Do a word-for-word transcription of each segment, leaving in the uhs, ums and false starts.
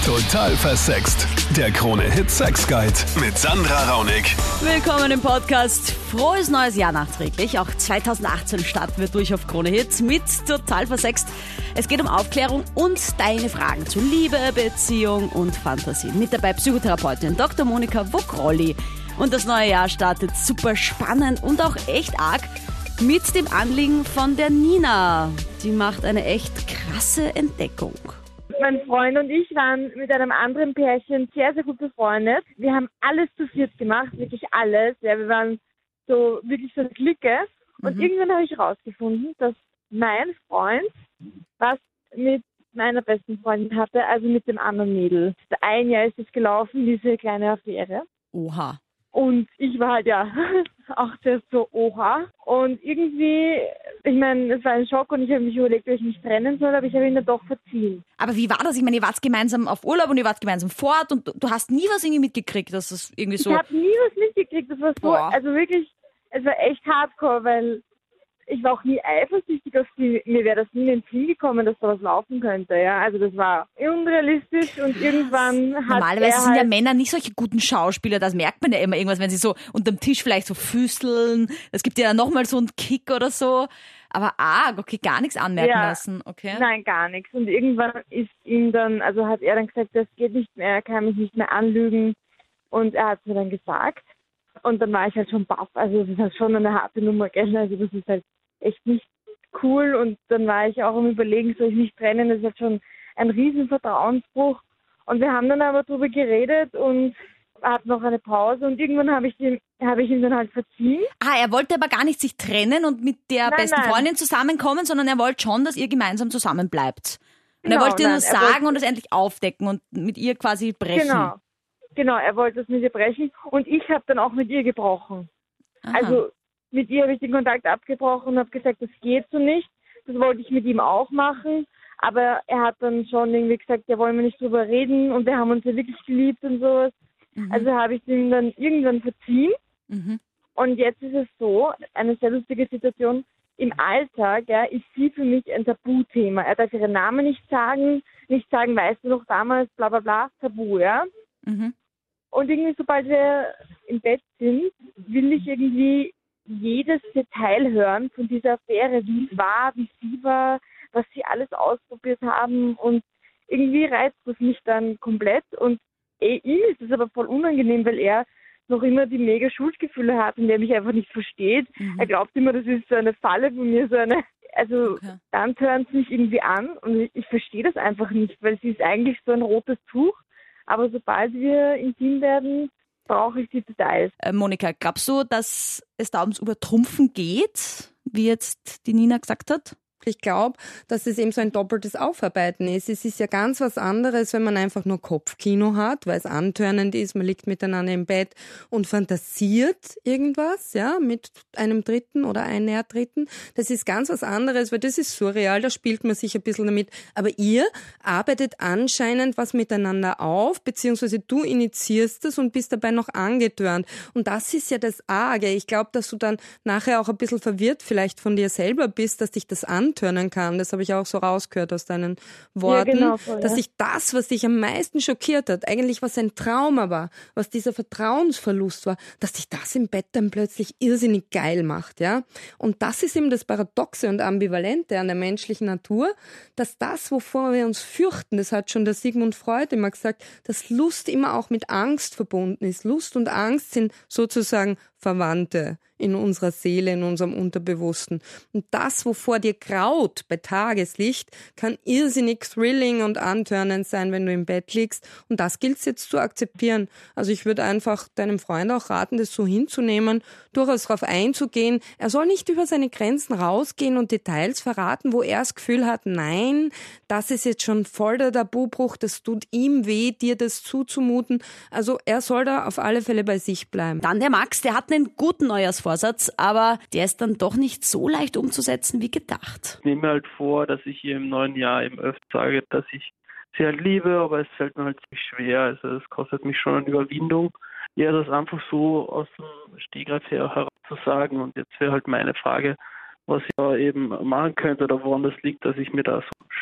Total versext. Der Krone-Hit Sex Guide mit Sandra Raunig. Willkommen im Podcast. Frohes neues Jahr nachträglich. Auch zweitausendachtzehn starten wir durch auf Krone Hit mit Total versext. Es geht um Aufklärung und deine Fragen zu Liebe, Beziehung und Fantasie. Mit dabei Psychotherapeutin Doktor Monika Vogrolli. Und das neue Jahr startet super spannend und auch echt arg mit dem Anliegen von der Nina. Die macht eine echt krasse Entdeckung. Mein Freund und ich waren mit einem anderen Pärchen sehr, sehr gut befreundet. Wir haben alles zu viert gemacht, wirklich alles. Ja, wir waren so wirklich so eine Clique. Und mhm. irgendwann habe ich herausgefunden, dass mein Freund was mit meiner besten Freundin hatte, also mit dem anderen Mädel. Ein Jahr ist es gelaufen, diese kleine Affäre. Oha. Und ich war halt ja auch sehr so oha. Und irgendwie, ich meine, es war ein Schock und ich habe mich überlegt, ob ich mich trennen soll, aber ich habe ihn dann doch verziehen. Aber wie war das? Ich meine, ihr wart gemeinsam auf Urlaub und ihr wart gemeinsam fort und du hast nie was irgendwie mitgekriegt, dass das irgendwie so... Ich habe nie was mitgekriegt, das war so, Boah. also wirklich, es war echt hardcore, weil ich war auch nie eifersüchtig auf sie. Mir wäre das nie in den Sinn gekommen, dass da was laufen könnte. Ja, also das war unrealistisch und irgendwann hat Normalerweise er sind halt ja Männer nicht solche guten Schauspieler. Das merkt man ja immer irgendwas, wenn sie so unterm Tisch vielleicht so füßeln. Es gibt ja nochmal so einen Kick oder so. Aber arg, okay, gar nichts anmerken ja, lassen, okay? Nein, gar nichts. Und irgendwann ist ihm dann, also hat er dann gesagt, das geht nicht mehr, er kann mich nicht mehr anlügen. Und er hat es mir dann gesagt. Und dann war ich halt schon baff. Also das ist halt schon eine harte Nummer, gell? Also das ist halt echt nicht cool. Und dann war ich auch am Überlegen, soll ich mich trennen? Das ist halt schon ein riesen Vertrauensbruch. Und wir haben dann aber drüber geredet und hatten noch eine Pause. Und irgendwann habe ich, ihm, hab ich ihm dann halt verziehen. Ah, er wollte aber gar nicht sich trennen und mit der nein, besten nein. Freundin zusammenkommen, sondern er wollte schon, dass ihr gemeinsam zusammenbleibt. Und Genau, er wollte dir nur nein, er sagen wollte, und es endlich aufdecken und mit ihr quasi brechen. Genau, genau, er wollte es mit ihr brechen. Und ich habe dann auch mit ihr gebrochen. Aha. Also mit ihr habe ich den Kontakt abgebrochen und habe gesagt, das geht so nicht. Das wollte ich mit ihm auch machen. Aber er hat dann schon irgendwie gesagt, ja, wollen wir nicht drüber reden. Und wir haben uns ja wirklich geliebt und sowas. Mhm. Also habe ich ihm dann irgendwann verziehen. Mhm. Und jetzt ist es so, eine sehr lustige Situation. Im Alltag ja, ist sie für mich ein Tabuthema. Er darf ihren Namen nicht sagen, nicht sagen, weißt du noch damals, bla bla bla, Tabu, ja. Mhm. Und irgendwie, sobald wir im Bett sind, will ich irgendwie jedes Detail hören von dieser Affäre, wie es war, wie sie war, was sie alles ausprobiert haben. Und irgendwie reizt das mich dann komplett. Und eh, ihm ist es aber voll unangenehm, weil er noch immer die mega Schuldgefühle hat und der mich einfach nicht versteht. Mhm. Er glaubt immer, das ist so eine Falle von mir, so eine... Also okay. Dann hören sie mich irgendwie an und ich, ich verstehe das einfach nicht, weil sie ist eigentlich so ein rotes Tuch. Aber sobald wir intim werden, brauche ich die Details. Äh, Monika, glaubst du, dass es da ums Übertrumpfen geht, wie jetzt die Nina gesagt hat? Ich glaube, dass es eben so ein doppeltes Aufarbeiten ist. Es ist ja ganz was anderes, wenn man einfach nur Kopfkino hat, weil es antörnend ist, man liegt miteinander im Bett und fantasiert irgendwas, ja, mit einem Dritten oder einer Dritten. Das ist ganz was anderes, weil das ist surreal, da spielt man sich ein bisschen damit. Aber ihr arbeitet anscheinend was miteinander auf, beziehungsweise du initiierst es und bist dabei noch angetörnt. Und das ist ja das Arge. Ich glaube, dass du dann nachher auch ein bisschen verwirrt vielleicht von dir selber bist, dass dich das antörnen kann. Das habe ich auch so rausgehört aus deinen Worten, ja, genau, voll, dass ja. dich das, was dich am meisten schockiert hat, eigentlich was ein Trauma war, was dieser Vertrauensverlust war, dass dich das im Bett dann plötzlich irrsinnig geil macht, ja. Und das ist eben das Paradoxe und Ambivalente an der menschlichen Natur, dass das, wovor wir uns fürchten, das hat schon der Sigmund Freud immer gesagt, dass Lust immer auch mit Angst verbunden ist. Lust und Angst sind sozusagen Verwandte in unserer Seele, in unserem Unterbewussten. Und das, wovor dir graut bei Tageslicht, kann irrsinnig thrilling und antörnend sein, wenn du im Bett liegst. Und das gilt es jetzt zu akzeptieren. Also ich würde einfach deinem Freund auch raten, das so hinzunehmen, durchaus darauf einzugehen. Er soll nicht über seine Grenzen rausgehen und Details verraten, wo er das Gefühl hat, nein, das ist jetzt schon voll der Tabubruch, das tut ihm weh, dir das zuzumuten. Also er soll da auf alle Fälle bei sich bleiben. Dann der Max, der hat einen guten Neujahrsvorsatz, aber der ist dann doch nicht so leicht umzusetzen wie gedacht. Ich nehme mir halt vor, dass ich ihr im neuen Jahr eben öfter sage, dass ich sie halt liebe, aber es fällt mir halt ziemlich schwer. Also es kostet mich schon eine Überwindung. Ja, das einfach so aus dem Stegreif her heraus zu sagen. Und jetzt wäre halt meine Frage, was ich da eben machen könnte oder woran das liegt, dass ich mir da so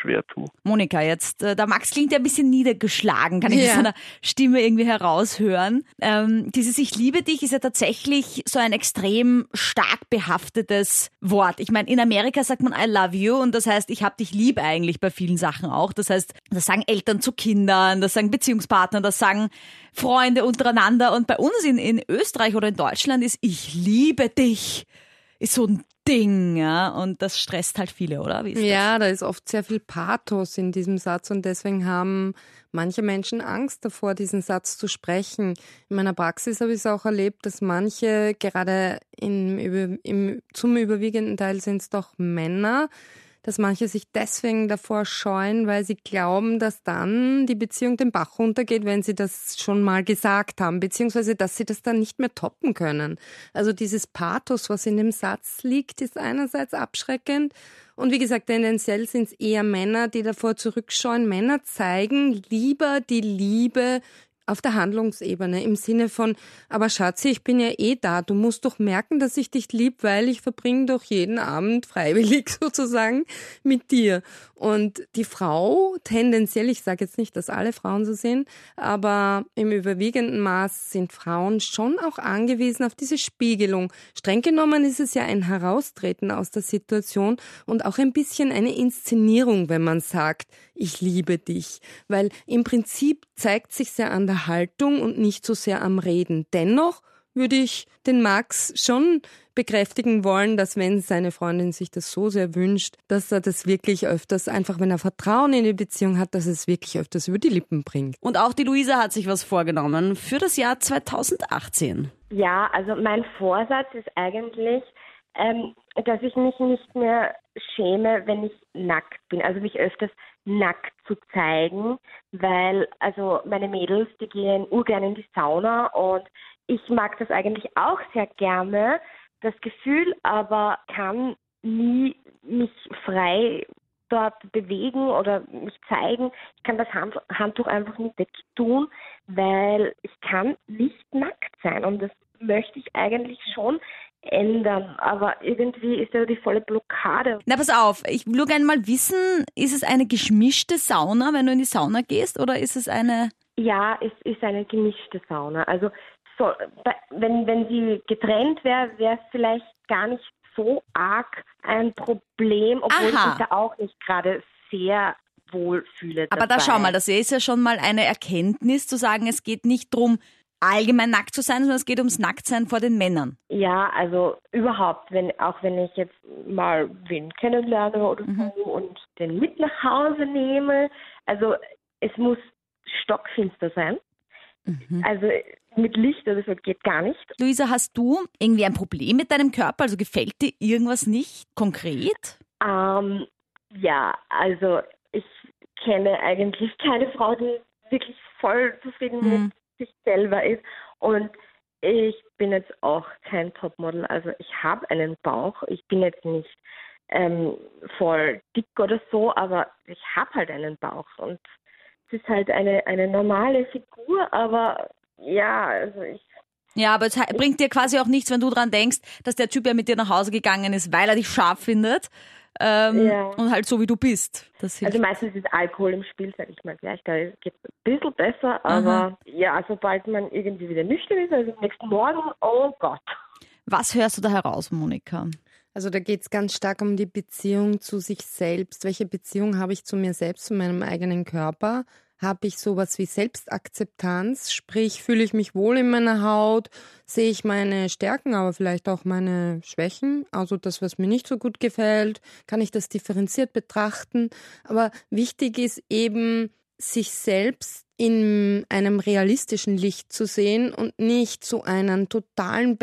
schwer tue. Monika, jetzt, äh, der Max klingt ja ein bisschen niedergeschlagen, kann ich Ja. aus seiner Stimme irgendwie heraushören. Ähm, dieses Ich liebe dich ist ja tatsächlich so ein extrem stark behaftetes Wort. Ich meine, in Amerika sagt man I love you und das heißt, ich hab dich lieb eigentlich bei vielen Sachen auch. Das heißt, das sagen Eltern zu Kindern, das sagen Beziehungspartner, das sagen Freunde untereinander. Und bei uns in, in Österreich oder in Deutschland ist Ich liebe dich ist so ein Ding, ja, und das stresst halt viele, oder? Wie ist Ja, da ist oft sehr viel Pathos in diesem Satz und deswegen haben manche Menschen Angst davor, diesen Satz zu sprechen. In meiner Praxis habe ich es auch erlebt, dass manche, gerade im, über, im, zum überwiegenden Teil sind es doch Männer, dass manche sich deswegen davor scheuen, weil sie glauben, dass dann die Beziehung den Bach runtergeht, wenn sie das schon mal gesagt haben, beziehungsweise dass sie das dann nicht mehr toppen können. Also dieses Pathos, was in dem Satz liegt, ist einerseits abschreckend und wie gesagt, tendenziell sind es eher Männer, die davor zurückscheuen. Männer zeigen lieber die Liebe auf der Handlungsebene im Sinne von, aber Schatzi, ich bin ja eh da, du musst doch merken, dass ich dich lieb, weil ich verbringe doch jeden Abend freiwillig sozusagen mit dir. Und die Frau tendenziell, ich sage jetzt nicht, dass alle Frauen so sind, aber im überwiegenden Maß sind Frauen schon auch angewiesen auf diese Spiegelung. Streng genommen ist es ja ein Heraustreten aus der Situation und auch ein bisschen eine Inszenierung, wenn man sagt, ich liebe dich. Weil im Prinzip zeigt sich ja an der Haltung und nicht so sehr am Reden. Dennoch würde ich den Max schon bekräftigen wollen, dass wenn seine Freundin sich das so sehr wünscht, dass er das wirklich öfters, einfach wenn er Vertrauen in die Beziehung hat, dass es wirklich öfters über die Lippen bringt. Und auch die Luisa hat sich was vorgenommen für das Jahr zweitausendachtzehn. Ja, also mein Vorsatz ist eigentlich, ähm, dass ich mich nicht mehr schäme, wenn ich nackt bin. Also mich öfters nackt zu zeigen, weil also meine Mädels, die gehen urgern in die Sauna und ich mag das eigentlich auch sehr gerne, das Gefühl, aber kann nie mich frei dort bewegen oder mich zeigen. Ich kann das Hand, Handtuch einfach nicht wegtun, weil ich kann nicht nackt sein und das möchte ich eigentlich schon ändern, aber irgendwie ist ja die volle Blockade. Na, pass auf, ich will nur gerne mal wissen, ist es eine geschmischte Sauna, wenn du in die Sauna gehst, oder ist es eine... Ja, es ist eine gemischte Sauna. Also so, wenn, wenn sie getrennt wäre, wäre es vielleicht gar nicht so arg ein Problem, obwohl Aha. ich mich da auch nicht gerade sehr wohl fühle. Aber da dabei. schau mal, das ist ja schon mal eine Erkenntnis, zu sagen, es geht nicht darum, allgemein nackt zu sein, sondern es geht ums Nacktsein vor den Männern. Ja, also überhaupt, wenn auch wenn ich jetzt mal wen kennenlerne oder Mhm. so und den mit nach Hause nehme, also es muss stockfinster sein. Mhm. Also mit Licht oder so geht gar nicht. Luisa, hast du irgendwie ein Problem mit deinem Körper? Also gefällt dir irgendwas nicht konkret? Ähm, ja, also ich kenne eigentlich keine Frau, die wirklich voll zufrieden Mhm. mit sich selber ist. Und ich bin jetzt auch kein Topmodel. Also ich habe einen Bauch. Ich bin jetzt nicht ähm, voll dick oder so, aber ich habe halt einen Bauch. Und es ist halt eine, eine normale Figur, aber ja, also ich Ja, aber es he- bringt dir quasi auch nichts, wenn du dran denkst, dass der Typ ja mit dir nach Hause gegangen ist, weil er dich scharf findet ähm, Ja. und halt so, wie du bist. Das hilft. Also meistens ist Alkohol im Spiel, sage ich mal gleich. Da geht es ein bisschen besser, aber ja, sobald man irgendwie wieder nüchtern ist, also am nächsten Morgen, oh Gott. Was hörst du da heraus, Monika? Also da geht es ganz stark um die Beziehung zu sich selbst. Welche Beziehung habe ich zu mir selbst, zu meinem eigenen Körper? Habe ich sowas wie Selbstakzeptanz? Sprich, fühle ich mich wohl in meiner Haut? Sehe ich meine Stärken, aber vielleicht auch meine Schwächen? Also das, was mir nicht so gut gefällt? Kann ich das differenziert betrachten? Aber wichtig ist eben, sich selbst in einem realistischen Licht zu sehen und nicht so einen totalen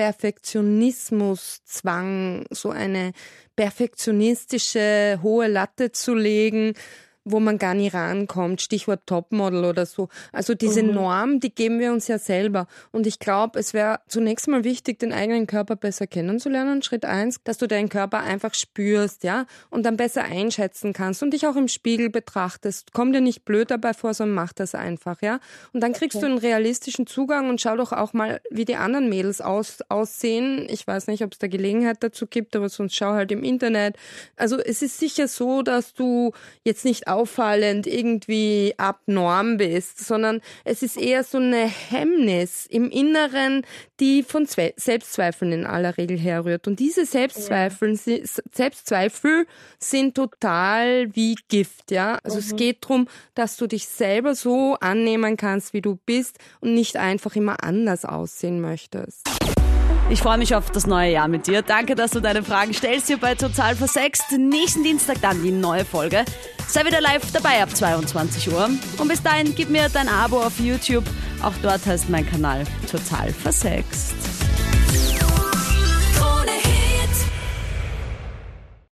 Perfektionismuszwang, so eine perfektionistische hohe Latte zu legen, wo man gar nie rankommt, Stichwort Topmodel oder so. Also diese Mhm. Norm, die geben wir uns ja selber. Und ich glaube, es wäre zunächst mal wichtig, den eigenen Körper besser kennenzulernen. Schritt eins, dass du deinen Körper einfach spürst, ja, und dann besser einschätzen kannst und dich auch im Spiegel betrachtest. Komm dir nicht blöd dabei vor, sondern mach das einfach, ja. Und dann kriegst Okay. du einen realistischen Zugang und schau doch auch mal, wie die anderen Mädels aus, aussehen. Ich weiß nicht, ob es da Gelegenheit dazu gibt, aber sonst schau halt im Internet. Also es ist sicher so, dass du jetzt nicht auffallend, irgendwie abnorm bist, sondern es ist eher so eine Hemmnis im Inneren, die von Zwe- Selbstzweifeln in aller Regel herrührt. Und diese Selbstzweifel, ja. Selbstzweifel sind total wie Gift, ja. Also mhm. es geht darum, dass du dich selber so annehmen kannst, wie du bist und nicht einfach immer anders aussehen möchtest. Ich freue mich auf das neue Jahr mit dir. Danke, dass du deine Fragen stellst hier bei Total Versext. Nächsten Dienstag dann die neue Folge. Sei wieder live dabei ab zweiundzwanzig Uhr. Und bis dahin, gib mir dein Abo auf YouTube. Auch dort heißt mein Kanal Total Versext.